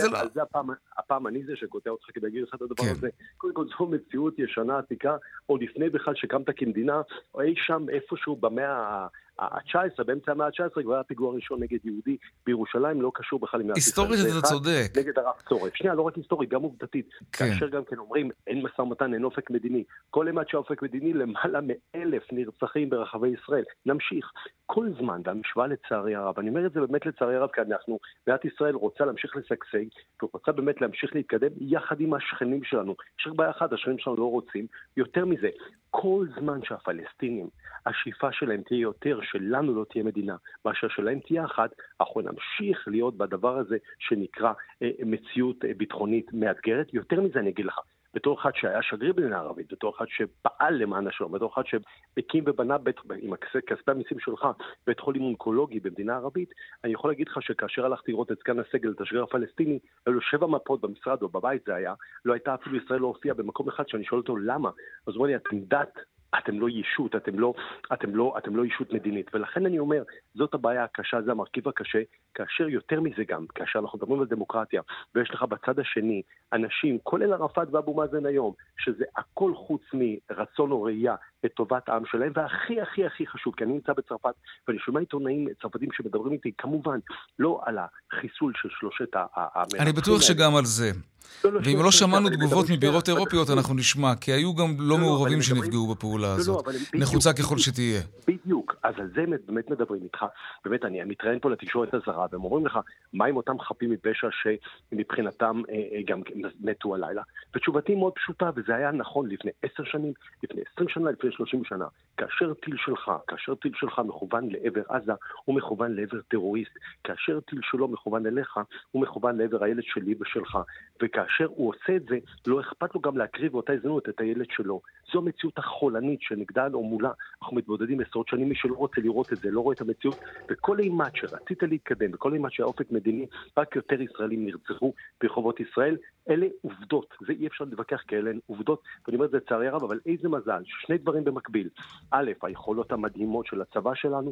הפעם אני זה שקוטע אותך כדי להגיד לך את הדבר הזה. קודם כל זו מציאות ישנה עתיקה, או לפני בכלל שקמת כמדינה, או אי שם איפשהו במאה ה-19, באמצע המאה ה-19, כבר היה פיגוע ראשון נגד יהודי בירושלים, לא קשור בכלל עם היסטורית אתה צודק. נגד הרב צורף. שנייה, לא רק היסטורית, גם עובדתית. כאשר גם כן אומרים, אין משא ומתן, אין אופק מדיני. כל אימת שהאופק מדיני, למעלה מ1,000 נרצחים ברחבי ישראל. נמשיך. כל זמן, והמשוואה לצערי הרב, אני אומר את זה באמת לצערי הרב, כי אנחנו, מדינת ישראל רוצה להמשיך לשגשג, ורוצה באמת להמשיך להתקדם יחד עם השכנים שלנו. יש רק בעיה אחת, השכנים שלנו לא רוצים. יותר מזה, כל זמן שהפלסטינים, השאיפה שלהם תהיה יותר, שלנו לא תהיה מדינה, מאשר שלהם תהיה אחת, אנחנו נמשיך להיות בדבר הזה שנקרא מציאות ביטחונית מאתגרת. יותר מזה אני אגיד לך, בתור אחד שהיה שגריר במדינה ערבית, בתור אחד שפעל למען השלום, בתור אחד שהקים ובנה עם כספי המיסים שלך בית חולים אונקולוגי במדינה ערבית, אני יכול להגיד לך שכאשר הלכתי לראות את סגן הסגל, את השגריר הפלסטיני, היו לו 7 מפות במשרד או בבית זה היה, לא הייתה אפילו ישראל לא הופיעה במקום אחד שאני שואל אותו למה. אז הוא אומר לי, אתם דת, אתם לא ישות, אתם לא ישות מדינית. ולכן אני אומר, זאת הבעיה הקשה, זה המרכיב הקשה, כאשר יותר מזה גם, כאשר אנחנו מדברים על דמוקרטיה, ויש לך בצד השני אנשים, כולל ערפאת ואבו מאזן היום, שזה הכל חוץ מרצון או ראייה לטובת העם שלהם, והכי הכי הכי חשוב, כי אני נמצא בצרפת, ואני שומע עיתונאים צרפתים שמדברים איתי, כמובן, לא על החיסול של שלושת אני בטוח שגם על זה. ואם לא שמענו תגובות מבירות אירופיות, אנחנו נשמע, כי היו גם לא מעורבים שנפגעו בפעולה הזאת, נחוצה ככל שתהיה. בדיוק, אז על זה באמת מדברים איתך. באמת, אני מתראיין פה לתקשורת הזרה, והם אומרים לך, מה עם אותם חפים מפשע שמבחינתם גם מתו הלילה? ותשובתי מאוד פשוטה, וזה היה נכון לפני 10 שנים, לפני 20 שנה, לפני 30 שנה. כאשר טיל שלך מכוון לעבר עזה, הוא מכוון לעבר טרוריסט. כאשר טיל שלו מכוון אליך, הוא מכוון לעבר הילד שלי ושלך. וכאשר הוא עושה את זה, לא אכפת לו גם להקריב באותה הזדמנות את הילד שלו. זו המציאות החולנית שנגדה או מולה. אנחנו מתמודדים 10 שנים, מי שלא רוצה לראות את זה, לא רואה את המציאות. וכל אימת שרצית להתקדם, וכל אימת שהאופק מדיני, רק יותר ישראלים נרצחו ברחובות ישראל, אלה עובדות. זה אי אפשר להתווכח כאלה עובדות. ואני אומר את זה לצערי הרב, אבל איזה מזל, שני דברים במקביל. א', היכולות המדהימות של הצבא שלנו,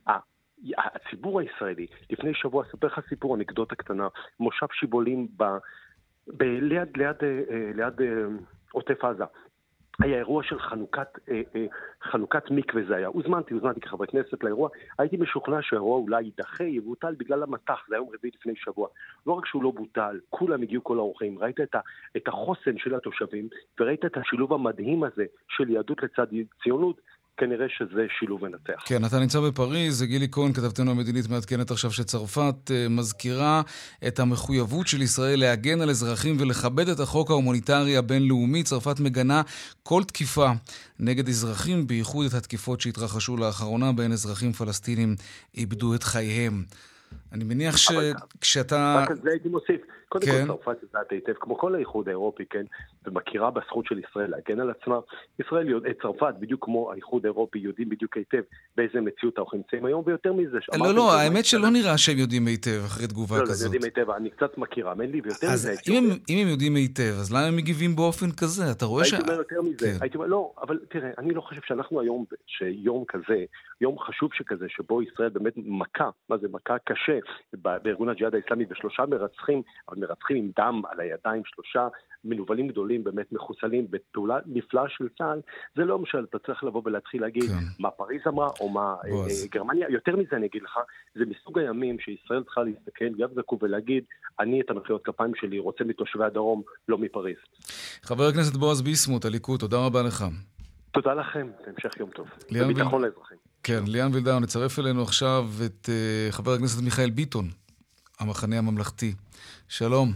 הציבור הישראלי, לפני שבוע, אספר לך סיפור, אנקדוטה קטנה, מושב שיבולים ליד עוטף עזה. היה אירוע של חנוכת מקווה זה היה. הוזמנתי כחבר כנסת לאירוע. הייתי משוכנע שהאירוע אולי יידחה, יבוטל בגלל המתח. זה היום רביעי לפני שבוע. לא רק שהוא לא בוטל, כולם הגיעו כל האורחים. ראית את החוסן של התושבים, וראית את השילוב המדהים הזה של יהדות לצד ציונות. כנראה שזה שילוב מנצח. כן, אתה נמצא בפריז, גילי כהן, כתבתנו המדינית, מעדכנת עכשיו שצרפת מזכירה את המחויבות של ישראל להגן על אזרחים ולכבד את החוק ההומניטרי הבינלאומי. צרפת מגנה כל תקיפה נגד אזרחים, בייחוד את התקיפות שהתרחשו לאחרונה, בין אזרחים פלסטינים איבדו את חייהם. אני מניח שכשאתה... רק על זה הייתי מוסיף. קודם כל צרפת יודעת היטב, כמו כל האיחוד האירופי, כן, ומכירה בזכות של ישראל להגן על עצמה. צרפת, בדיוק כמו האיחוד האירופי, יודעים בדיוק היטב באיזה מציאות אנחנו נמצאים היום, ויותר מזה... לא, האמת שלא נראה שהם יודעים היטב אחרי תגובה כזאת. לא, יודעים היטב, אני קצת מכירה, אין לי, ויותר מזה... אז אם הם יודעים היטב, אז למה הם מגיבים באופן כזה? אתה רואה הייתי אומר יותר מזה, לא, אבל תראה, אני לא חושב שאנחנו היום, שיום כזה, יום חשוב שכזה, שבו ישראל באמת מכה, מה זה מכה קשה, בארגון הג'יהאד האסלאמי, ושלושה מרצחים עם דם על הידיים, שלושה מנובלים גדולים, באמת מחוסלים, בפעולה נפלאה של צה"ל, זה לא משל, אתה צריך לבוא ולהתחיל להגיד מה פריז אמרה, או מה גרמניה, יותר מזה אני אגיד לך, זה מסוג הימים שישראל צריכה להסתכל, גב זקוף ולהגיד, אני את המחיאות כפיים שלי רוצה מתושבי הדרום, לא מפריז. חבר הכנסת בועז ביסמוט, הליכוד, תודה רבה לך. תודה לכם, המשך יום טוב. וביטחון לאזרחים. כן, ליאן וילדאו, נצרף אלינו עכשיו את חבר הכנסת מיכאל ביטון, המחנה הממלכתי. שלום.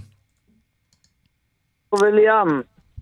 וליאם.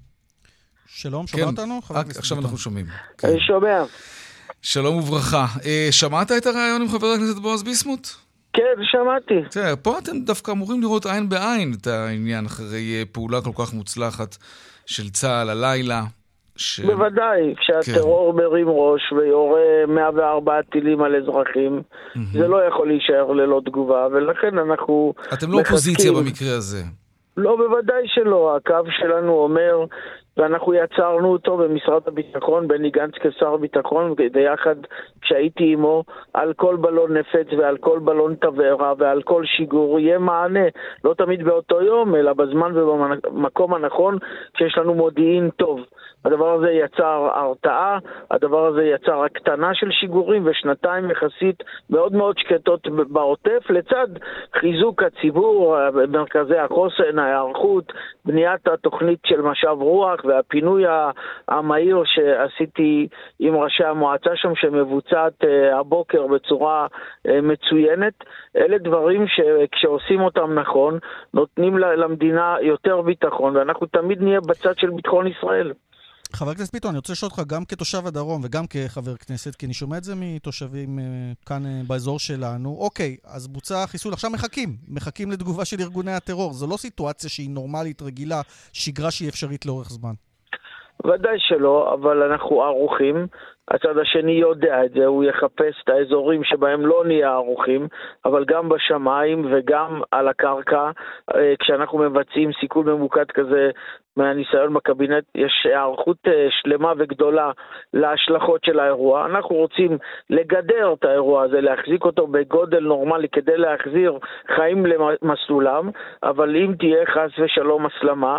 שלום, שומע אותנו? עכשיו אנחנו שומעים. אני שומע. שלום וברכה. שמעת את הרעיון עם חבר הכנסת בועז ביסמוט? כן, שמעתי. תראה, פה אתם דווקא אמורים לראות עין בעין את העניין אחרי פעולה כל כך מוצלחת של צה"ל הלילה. בוודאי, כשהטרור מרים ראש ויורה 104 טילים על אזרחים, זה לא יכול להישאר ללא תגובה, ולכן אנחנו אתם לא אופוזיציה במקרה הזה. לא, בוודאי שלא. הקו שלנו אומר, ואנחנו יצרנו אותו במשרד הביטחון, בני גנץ כשר הביטחון, ביחד כשהייתי עמו, על כל בלון נפץ ועל כל בלון תבערה ועל כל שיגור יהיה מענה, לא תמיד באותו יום, אלא בזמן ובמקום הנכון, כשיש לנו מודיעין טוב. הדבר הזה יצר הרתעה, הדבר הזה יצר הקטנה של שיגורים ושנתיים יחסית מאוד מאוד שקטות בעוטף, לצד חיזוק הציבור, מרכזי החוסן, ההיערכות, בניית התוכנית של משאב רוח והפינוי המהיר שעשיתי עם ראשי המועצה שם, שמבוצעת הבוקר בצורה מצוינת. אלה דברים שכשעושים אותם נכון, נותנים למדינה יותר ביטחון, ואנחנו תמיד נהיה בצד של ביטחון ישראל. חבר הכנסת ביטון, אני רוצה לשאול אותך גם כתושב הדרום וגם כחבר כנסת, כי אני שומע את זה מתושבים כאן באזור שלנו. אוקיי, אז בוצע חיסול, עכשיו מחכים לתגובה של ארגוני הטרור. זו לא סיטואציה שהיא נורמלית, רגילה, שגרה שהיא אפשרית לאורך זמן. ודאי שלא, אבל אנחנו ערוכים. הצד השני יודע את זה, הוא יחפש את האזורים שבהם לא נהיה ערוכים, אבל גם בשמיים וגם על הקרקע, כשאנחנו מבצעים סיכול ממוקד כזה מהניסיון בקבינט, יש הערכות שלמה וגדולה להשלכות של האירוע. אנחנו רוצים לגדר את האירוע הזה, להחזיק אותו בגודל נורמלי כדי להחזיר חיים למסלולם, אבל אם תהיה חס ושלום הסלמה,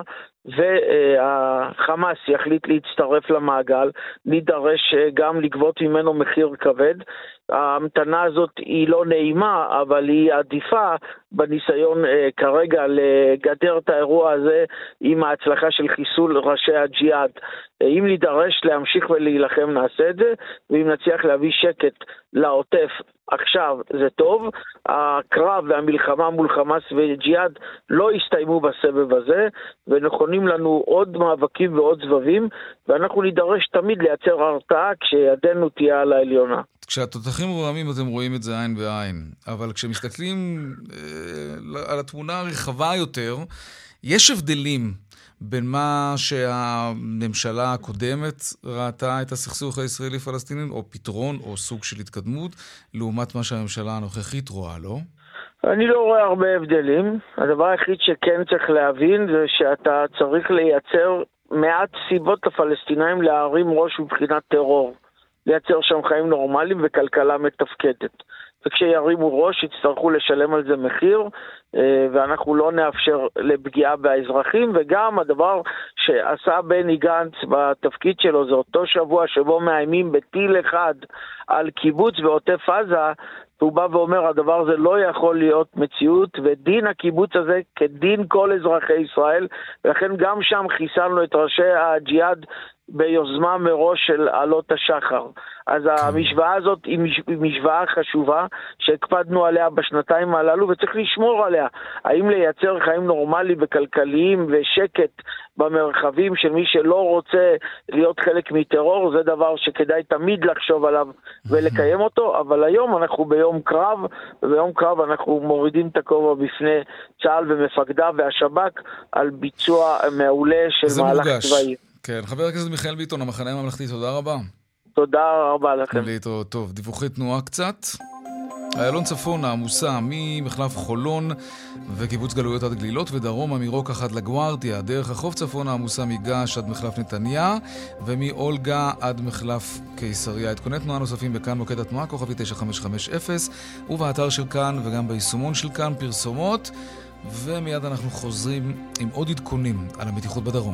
והחמאס יחליט להצטרף למעגל, נידרש גם לגבות ממנו מחיר כבד. ההמתנה הזאת היא לא נעימה, אבל היא עדיפה בניסיון כרגע לגדר את האירוע הזה עם ההצלחה של חיסול ראשי הג'יהאד. אם נידרש להמשיך ולהילחם נעשה את זה, ואם נצליח להביא שקט לעוטף עכשיו זה טוב. הקרב והמלחמה מול חמאס וג'יהאד לא הסתיימו בסבב הזה, ונכונים לנו עוד מאבקים ועוד סבבים, ואנחנו נידרש תמיד לייצר הרתעה כשידנו תהיה על העליונה. כשהתותחים רועמים אתם רואים את זה עין בעין, אבל כשמסתכלים על התמונה הרחבה יותר, יש הבדלים בין מה שהממשלה הקודמת ראתה את הסכסוך הישראלי-פלסטיני, או פתרון או סוג של התקדמות, לעומת מה שהממשלה הנוכחית רואה, לא? אני לא רואה הרבה הבדלים. הדבר היחיד שכן צריך להבין זה שאתה צריך לייצר מעט סיבות לפלסטינאים להרים ראש מבחינת טרור. לייצר שם חיים נורמליים וכלכלה מתפקדת. וכשירימו ראש יצטרכו לשלם על זה מחיר, ואנחנו לא נאפשר לפגיעה באזרחים. וגם הדבר שעשה בני גנץ בתפקיד שלו, זה אותו שבוע שבו מאיימים בטיל אחד על קיבוץ בעוטף עזה, הוא בא ואומר, הדבר הזה לא יכול להיות מציאות, ודין הקיבוץ הזה כדין כל אזרחי ישראל, ולכן גם שם חיסלנו את ראשי הג'יהאד ביוזמה מראש של עלות השחר. אז המשוואה הזאת היא משוואה חשובה, שהקפדנו עליה בשנתיים הללו, וצריך לשמור עליה. האם לייצר חיים נורמליים וכלכליים ושקט במרחבים של מי שלא רוצה להיות חלק מטרור, זה דבר שכדאי תמיד לחשוב עליו ולקיים אותו, אבל היום אנחנו ביום קרב, וביום קרב אנחנו מורידים את הכובע בפני צה"ל ומפקדיו והשב"כ על ביצוע מעולה של מהלך צבאי. כן, חבר הכנסת מיכאל ביטון, המחנה הממלכתי, תודה רבה. תודה רבה לכם. להתראות. טוב, דיווחי תנועה קצת. איילון צפון העמוסה ממחלף חולון וקיבוץ גלויות עד גלילות, ודרומה מרוקח עד לגוארדיה, דרך החוף צפון העמוסה מגש עד מחלף נתניה, ומאולגה עד מחלף קיסריה. עדכוני תנועה נוספים בכאן מוקד התנועה, כוכבי 9550, ובאתר של כאן וגם ביישומון של כאן פרסומות, ומיד אנחנו חוזרים עם עוד עדכונים על המתיחות בדרום.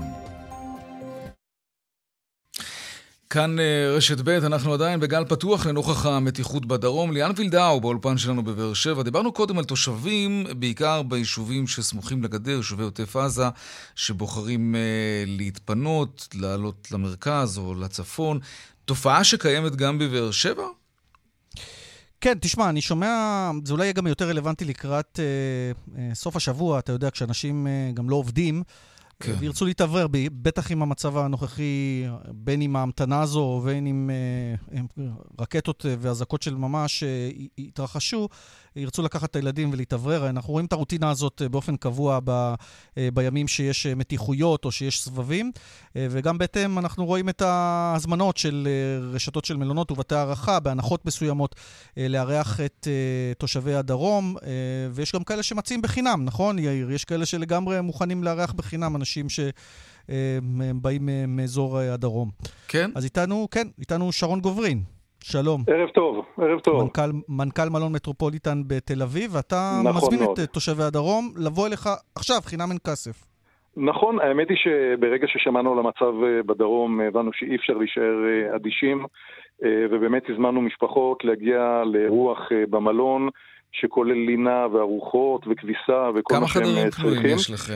כאן רשת ב', אנחנו עדיין בגל פתוח לנוכח המתיחות בדרום. ליאן וילדאו באולפן שלנו בבאר שבע. דיברנו קודם על תושבים, בעיקר ביישובים שסמוכים לגדר, יישובי עוטף עזה, שבוחרים להתפנות, לעלות למרכז או לצפון. תופעה שקיימת גם בבאר שבע? כן, תשמע, אני שומע, זה אולי יהיה גם יותר רלוונטי לקראת סוף השבוע, אתה יודע, כשאנשים גם לא עובדים, וירצו להתעבר, בטח עם המצב הנוכחי, בין עם ההמתנה הזו, או בין עם רקטות והזקות של ממש התרחשו, ירצו לקחת את הילדים ולהתעבר. אנחנו רואים את הרוטינה הזאת באופן קבוע בימים שיש מתיחויות או שיש סבבים, וגם בהתאם אנחנו רואים את ההזמנות של רשתות של מלונות ובתי הערכה, בהנחות מסוימות לארח את תושבי הדרום, ויש גם כאלה שמציעים בחינם, נכון יאיר? יש כאלה שלגמרי מוכנים לארח בחינם, אנשים שבאים מאזור הדרום. כן? אז איתנו שרון גוברין. שלום. ערב טוב, ערב טוב. מנכ"ל מלון מטרופוליטן בתל אביב, ואתה מזמין את תושבי הדרום לבוא אליך עכשיו, חינם אין כסף. נכון, האמת היא שברגע ששמענו על המצב בדרום, הבנו שאי אפשר להישאר אדישים, ובאמת הזמנו משפחות להגיע לאירוח במלון, שכולל לינה וארוחות וכביסה וכל מה שהם צריכים. כמה חדרים פנויים יש לכם?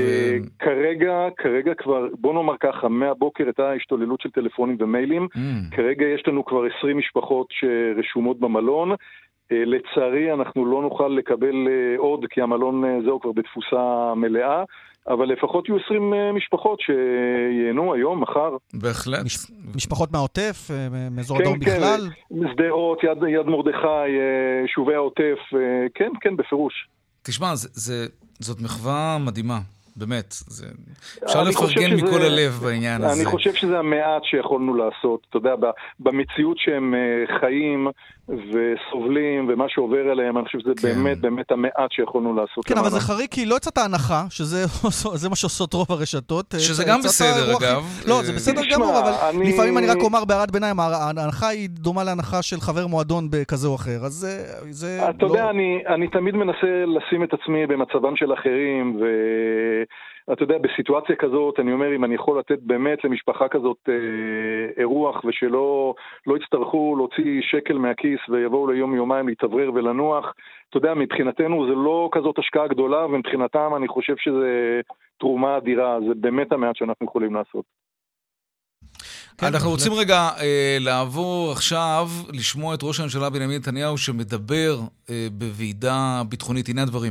כרגע כבר, בוא נאמר ככה, מהבוקר הייתה השתוללות של טלפונים ומיילים, כרגע יש לנו כבר 20 משפחות שרשומות במלון, לצערי אנחנו לא נוכל לקבל עוד, כי המלון זהו כבר בתפוסה מלאה, אבל לפחות יהיו 20 משפחות שייהנו היום, מחר. בהחלט. משפחות מהעוטף, מאזור הדרום בכלל? שדרות, יד מרדכי, שובי העוטף, כן, בפירוש. תשמע, זאת מחווה מדהימה. באמת, אפשר לפרגן מכל הלב בעניין הזה. אני חושב שזה המעט שיכולנו לעשות, אתה יודע, במציאות שהם חיים וסובלים ומה שעובר עליהם, אני חושב שזה באמת המעט שיכולנו לעשות. כן, אבל זה חריג, כי לא יצאת ההנחה, שזה מה שעושות רוב הרשתות. שזה גם בסדר, אגב. לא, זה בסדר גמור, אבל לפעמים אני רק אומר בהערת ביניים, ההנחה היא דומה להנחה של חבר מועדון בכזה או אחר, אז זה... אתה יודע, אני תמיד מנסה לשים את עצמי במצבם של אחרים, אתה יודע, בסיטואציה כזאת, אני אומר, אם אני יכול לתת באמת למשפחה כזאת אירוח, ושלא יצטרכו להוציא שקל מהכיס, ויבואו ליום יומיים להתעברר ולנוח, אתה יודע, מבחינתנו זה לא כזאת השקעה גדולה, ומבחינתם אני חושב שזה תרומה אדירה, זה באמת המעט שאנחנו יכולים לעשות. אנחנו רוצים רגע לעבור עכשיו, לשמוע את ראש הממשלה בנימין נתניהו, שמדבר בוועידה ביטחונית. הנה הדברים.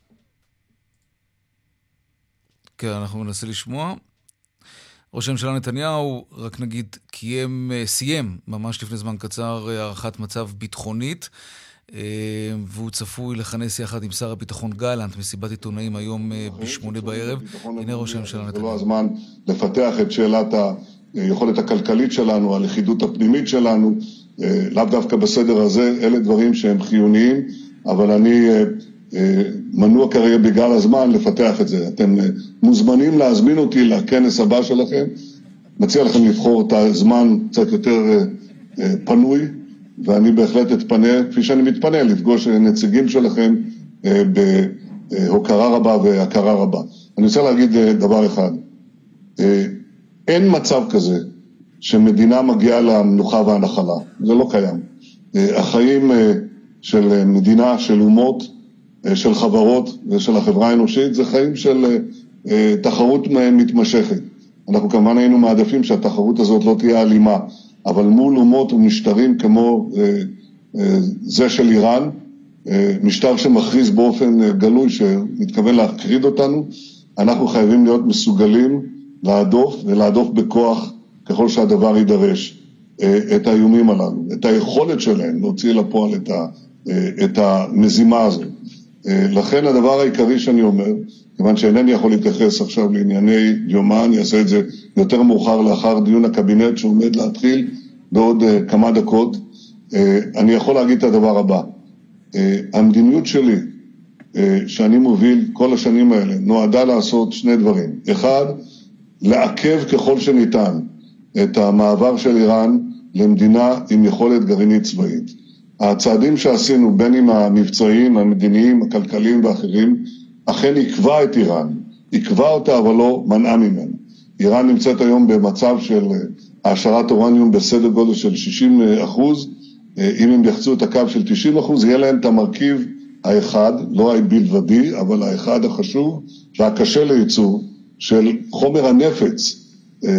כן, אנחנו ננסה לשמוע. ראש הממשלה נתניהו, רק נגיד, סיים ממש לפני זמן קצר הערכת מצב ביטחונית, והוא צפוי לכנס יחד עם שר הביטחון גלנט מסיבת עיתונאים היום ב8 בערב. הנה ראש הממשלה נתניהו. זה לא הזמן לפתח את שאלת היכולת הכלכלית שלנו, הלכידות הפנימית שלנו, לאו דווקא בסדר הזה, אלה דברים שהם חיוניים, אבל אני מנוע כרגע בגלל הזמן לפתח את זה. אתם מוזמנים להזמין אותי לכנס הבא שלכם, מציע לכם לבחור את הזמן קצת יותר פנוי, ואני בהחלט אתפנה, כפי שאני מתפנה, לפגוש נציגים שלכם בהוקרה רבה והכרה רבה. אני רוצה להגיד דבר אחד. אין מצב כזה שמדינה מגיעה למנוחה והנחלה. זה לא קיים. החיים של מדינה, של אומות, של חברות ושל החברה האנושית, זה חיים של תחרות מתמשכת. אנחנו כמובן היינו מעדפים שהתחרות הזאת לא תהיה אלימה, אבל מול אומות ומשטרים כמו זה של איראן, משטר שמכריז באופן גלוי שמתכוון להקריד אותנו, אנחנו חייבים להיות מסוגלים להדוף ולהדוף בכוח ככל שהדבר יידרש את האיומים הללו, את היכולת שלהם להוציא לפועל את המזימה הזאת. לכן הדבר העיקרי שאני אומר, כיוון שאינני יכול להתייחס עכשיו לענייני דיומא, אני אעשה את זה יותר מאוחר לאחר דיון הקבינט שעומד להתחיל בעוד כמה דקות, אני יכול להגיד את הדבר הבא. המדיניות שלי שאני מוביל כל השנים האלה נועדה לעשות שני דברים. אחד, לעכב ככל שניתן את המעבר של איראן למדינה עם יכולת גרעינית צבאית. הצעדים שעשינו, בין אם המבצעיים, המדיניים, הכלכליים ואחרים, אכן עקבה את איראן. עקבה אותה, אבל לא מנעה ממנה. איראן נמצאת היום במצב של העשרת אורניום בסדר גודל של 60%. אם הם יחצו את הקו של 90%, יהיה להם את המרכיב האחד, לא הבלבדי, אבל האחד החשוב והקשה לייצור של חומר הנפץ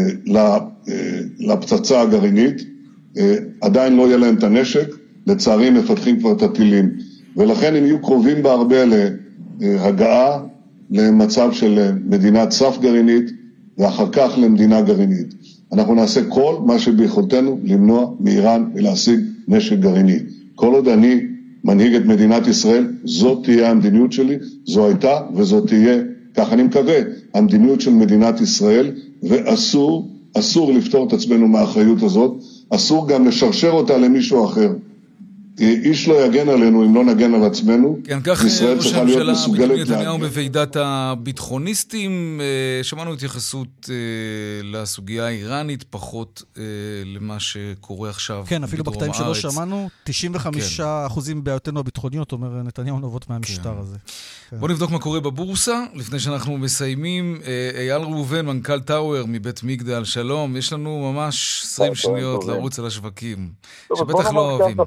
לפצצה הגרעינית. עדיין לא יהיה להם את הנשק, לצערי מפתחים כבר את הטילים. ולכן הם יהיו קרובים בהרבה להגעה למצב של מדינת סף גרעינית, ואחר כך למדינה גרעינית. אנחנו נעשה כל מה שביכולתנו למנוע מאיראן ולהשיג נשק גרעיני. כל עוד אני מנהיג את מדינת ישראל, זאת תהיה המדיניות שלי, זו הייתה וזאת תהיה, כך אני מקווה, המדיניות של מדינת ישראל, ואסור לפתור את עצמנו מהאחריות הזאת, אסור גם לשרשר אותה למישהו אחר. איש לא יגן עלינו אם לא נגן על עצמנו. כן, כך ראש הממשלה בנימין נתניהו בוועידת הביטחוניסטים. שמענו התייחסות לסוגיה האיראנית, פחות למה שקורה עכשיו. כן, אפילו בקטעים שלא שמענו, 95% בעיותינו הביטחוניות, אומר נתניהו, נובעות מהמשטר הזה. בוא נבדוק מה קורה בבורסה, לפני שאנחנו מסיימים. אייל ראובן, מנכ"ל טאואר מבית מגדל, שלום. יש לנו ממש 20 שניות לרוץ על השווקים, שבטח לא אוהבים.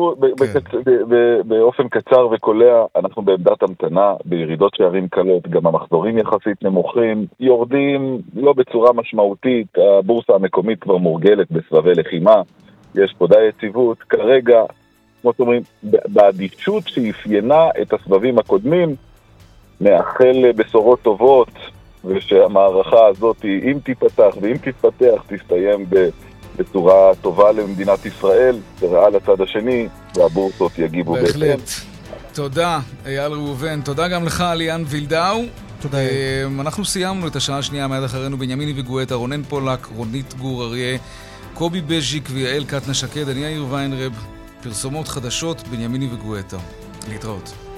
באופן קצר וקולע, אנחנו בעמדת המתנה, בירידות שערים קלות, גם המחזורים יחסית נמוכים, יורדים לא בצורה משמעותית, הבורסה המקומית כבר מורגלת בסבבי לחימה, יש פה די יציבות, כרגע, כמו שאומרים, באדישות שאפיינה את הסבבים הקודמים, מאחל בשורות טובות, ושהמערכה הזאת, אם תיפתח ואם תתפתח, תסתיים בצורה טובה למדינת ישראל, תראה לצד השני, והבורסות יגיבו בהחלט. תודה, אייל ראובן. תודה גם לך, ליאן וילדאו. תודה. אנחנו סיימנו את השעה השנייה, מיד אחרינו בנימיני וגואטה, רונן פולק, רונית גור אריה, קובי בז'יק ויעל קטנה שקד. אני יאיר ויינרב. פרסומות חדשות, בנימיני וגואטה. להתראות.